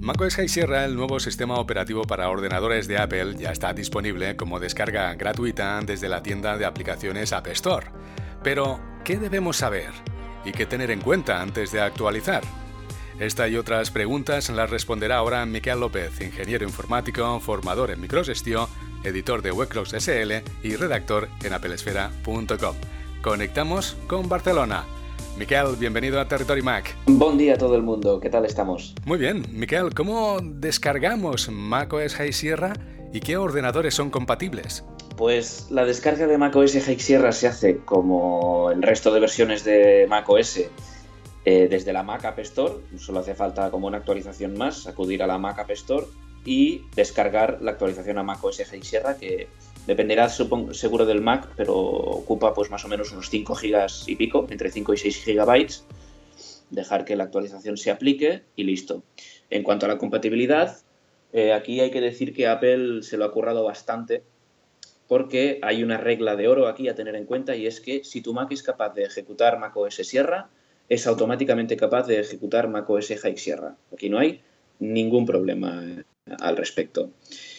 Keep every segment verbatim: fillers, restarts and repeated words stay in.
macOS High Sierra, el nuevo sistema operativo para ordenadores de Apple, ya está disponible como descarga gratuita desde la tienda de aplicaciones App Store. Pero, ¿qué debemos saber y qué tener en cuenta antes de actualizar? Esta y otras preguntas las responderá ahora Miquel López, ingeniero informático, formador en microgestión, editor de Webclocks S L y redactor en applesfera punto com. Conectamos con Barcelona. Miquel, bienvenido a Territory Mac. Buen día a todo el mundo, ¿qué tal estamos? Muy bien, Miquel, ¿cómo descargamos macOS High Sierra y qué ordenadores son compatibles? Pues la descarga de macOS High Sierra se hace como el resto de versiones de macOS eh, desde la Mac App Store. Solo hace falta como una actualización más, acudir a la Mac App Store y descargar la actualización a macOS High Sierra, que dependerá supongo, seguro del Mac, pero ocupa pues más o menos unos cinco gigas y pico, entre cinco y seis gigabytes. Dejar que la actualización se aplique y listo. En cuanto a la compatibilidad, eh, aquí hay que decir que Apple se lo ha currado bastante, porque hay una regla de oro aquí a tener en cuenta, y es que si tu Mac es capaz de ejecutar macOS Sierra, es automáticamente capaz de ejecutar macOS High Sierra. Aquí no hay ningún problema al respecto.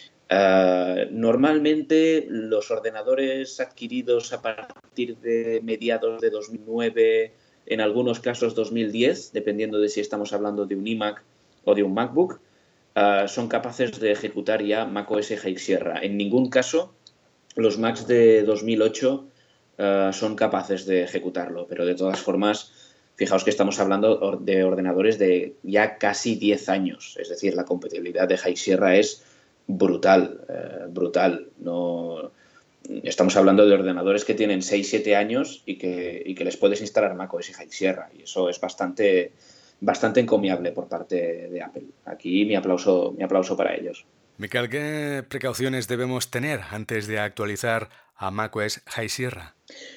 Uh, normalmente los ordenadores adquiridos a partir de mediados de dos mil nueve, en algunos casos dos mil diez, dependiendo de si estamos hablando de un iMac o de un MacBook, uh, son capaces de ejecutar ya macOS High Sierra. En ningún caso los Macs de dos mil ocho uh, son capaces de ejecutarlo, pero de todas formas, fijaos que estamos hablando de ordenadores de ya casi diez años, es decir, la compatibilidad de High Sierra es brutal, eh, brutal. No, estamos hablando de ordenadores que tienen seis siete años y que, y que les puedes instalar macOS High Sierra, y eso es bastante, bastante encomiable por parte de Apple. Aquí mi aplauso, mi aplauso para ellos. Miquel, ¿qué precauciones debemos tener antes de actualizar a macOS High Sierra?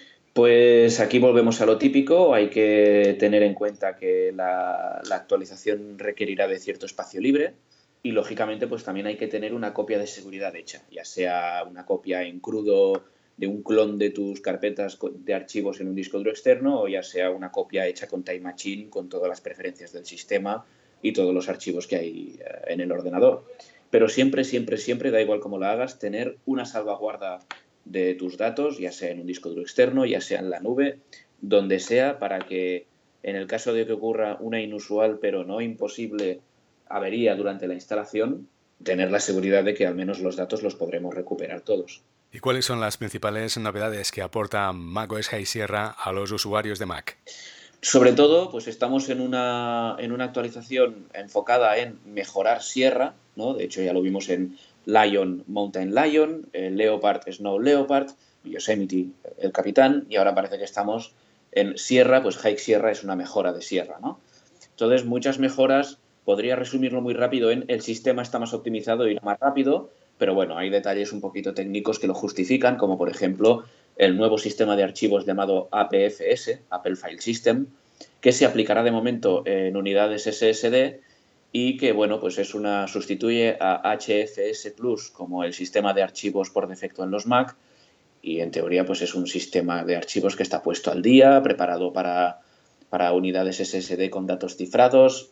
Pues aquí volvemos a lo típico. Hay que tener en cuenta que la, la actualización requerirá de cierto espacio libre. Y, lógicamente, pues también hay que tener una copia de seguridad hecha, ya sea una copia en crudo de un clon de tus carpetas de archivos en un disco duro externo, o ya sea una copia hecha con Time Machine, con todas las preferencias del sistema y todos los archivos que hay en el ordenador. Pero siempre, siempre, siempre, da igual cómo la hagas, tener una salvaguarda de tus datos, ya sea en un disco duro externo, ya sea en la nube, donde sea, para que en el caso de que ocurra una inusual pero no imposible avería durante la instalación, tener la seguridad de que al menos los datos los podremos recuperar todos. ¿Y cuáles son las principales novedades que aporta macOS High Sierra a los usuarios de Mac? Sobre todo, pues estamos en una, en una actualización enfocada en mejorar Sierra, ¿no? De hecho, ya lo vimos en Lion, Mountain Lion, Leopard, Snow Leopard, Yosemite, el Capitán, y ahora parece que estamos en Sierra, pues High Sierra es una mejora de Sierra, ¿no? Entonces, muchas mejoras. Podría resumirlo muy rápido en el sistema está más optimizado y más rápido, pero bueno, hay detalles un poquito técnicos que lo justifican, como por ejemplo el nuevo sistema de archivos llamado A P F S, Apple File System, que se aplicará de momento en unidades S S D y que, bueno, pues es una sustituye a H F S Plus como el sistema de archivos por defecto en los Mac, y en teoría pues es un sistema de archivos que está puesto al día, preparado para, para unidades S S D con datos cifrados,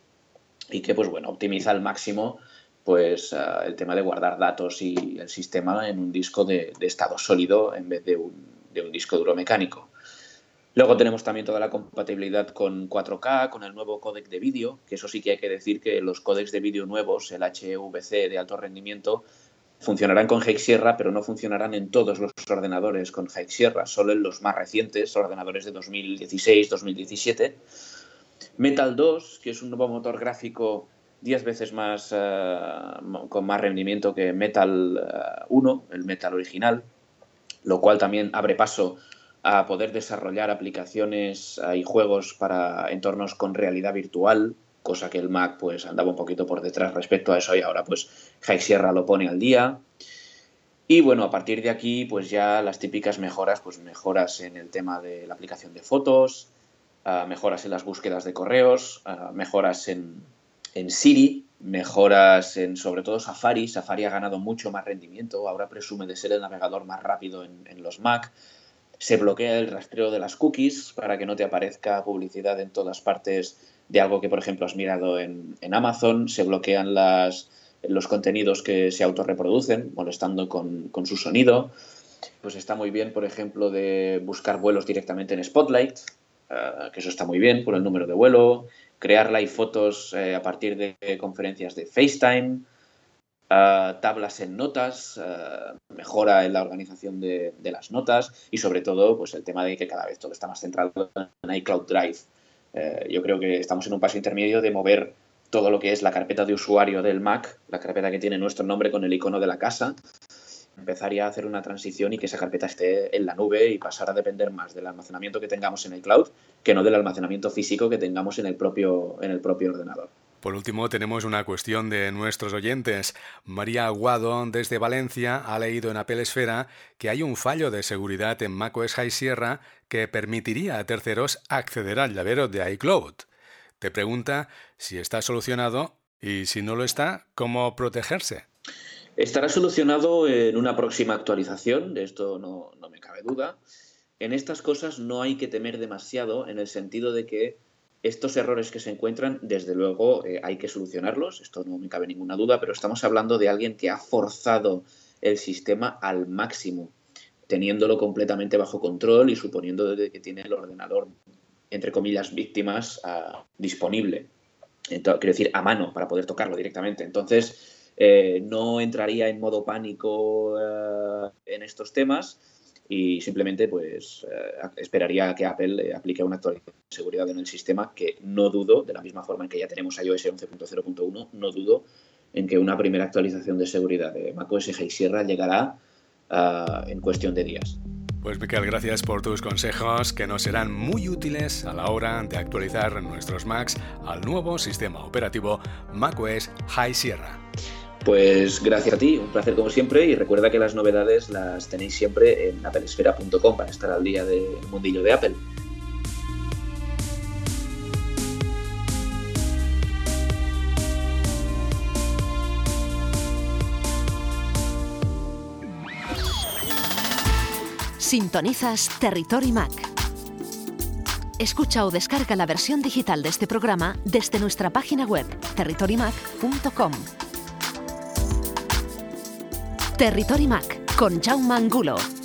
y que, pues bueno, optimiza al máximo pues uh, el tema de guardar datos y el sistema en un disco de, de estado sólido en vez de un, de un disco duro mecánico. Luego tenemos también toda la compatibilidad con cuatro K, con el nuevo códec de vídeo, que eso sí que hay que decir que los códecs de vídeo nuevos, el H E V C de alto rendimiento, funcionarán con High Sierra, pero no funcionarán en todos los ordenadores con High Sierra, solo en los más recientes, ordenadores de dos mil dieciséis dos mil diecisiete. Metal dos, que es un nuevo motor gráfico diez veces más uh, con más rendimiento que Metal uh, uno, el Metal original, lo cual también abre paso a poder desarrollar aplicaciones uh, y juegos para entornos con realidad virtual, cosa que el Mac pues andaba un poquito por detrás respecto a eso, y ahora pues High Sierra lo pone al día. Y bueno, a partir de aquí pues ya las típicas mejoras, pues mejoras en el tema de la aplicación de fotos, Uh, mejoras en las búsquedas de correos, uh, mejoras en, en Siri, mejoras en sobre todo Safari. Safari ha ganado mucho más rendimiento, ahora presume de ser el navegador más rápido en, en los Mac. Se bloquea el rastreo de las cookies para que no te aparezca publicidad en todas partes de algo que, por ejemplo, has mirado en, en Amazon, se bloquean las, los contenidos que se autorreproducen, molestando con, con su sonido. Pues está muy bien, por ejemplo, de buscar vuelos directamente en Spotlight, uh, que eso está muy bien por el número de vuelo, crear live fotos eh, a partir de conferencias de FaceTime, uh, tablas en notas, uh, mejora en la organización de, de las notas y, sobre todo, pues el tema de que cada vez todo está más centrado en iCloud Drive. Uh, yo creo que estamos en un paso intermedio de mover todo lo que es la carpeta de usuario del Mac, la carpeta que tiene nuestro nombre con el icono de la casa, empezar ya a hacer una transición y que esa carpeta esté en la nube y pasar a depender más del almacenamiento que tengamos en el cloud que no del almacenamiento físico que tengamos en el propio, en el propio ordenador. Por último, tenemos una cuestión de nuestros oyentes. María Aguado, desde Valencia, ha leído en Apple Esfera que hay un fallo de seguridad en macOS High Sierra que permitiría a terceros acceder al llavero de iCloud. Te pregunta si está solucionado y, si no lo está, ¿cómo protegerse? Estará solucionado en una próxima actualización, de esto no, no me cabe duda. En estas cosas no hay que temer demasiado, en el sentido de que estos errores que se encuentran, desde luego, eh, hay que solucionarlos, esto no me cabe ninguna duda, pero estamos hablando de alguien que ha forzado el sistema al máximo, teniéndolo completamente bajo control y suponiendo que tiene el ordenador, entre comillas, víctimas, uh, disponible, Entonces, quiero decir, a mano, para poder tocarlo directamente. Entonces, Eh, no entraría en modo pánico uh, en estos temas y simplemente pues uh, esperaría a que Apple eh, aplique una actualización de seguridad en el sistema, que no dudo, de la misma forma en que ya tenemos iOS once punto cero punto uno, no dudo en que una primera actualización de seguridad de macOS High Sierra llegará uh, en cuestión de días. Pues Miquel, gracias por tus consejos, que nos serán muy útiles a la hora de actualizar nuestros Macs al nuevo sistema operativo macOS High Sierra. Pues gracias a ti, un placer como siempre, y recuerda que las novedades las tenéis siempre en apple esfera punto com para estar al día del mundillo de Apple. Sintonizas Territory Mac. Escucha o descarga la versión digital de este programa desde nuestra página web territory mac punto com. Territory Mac con Jaume Angulo.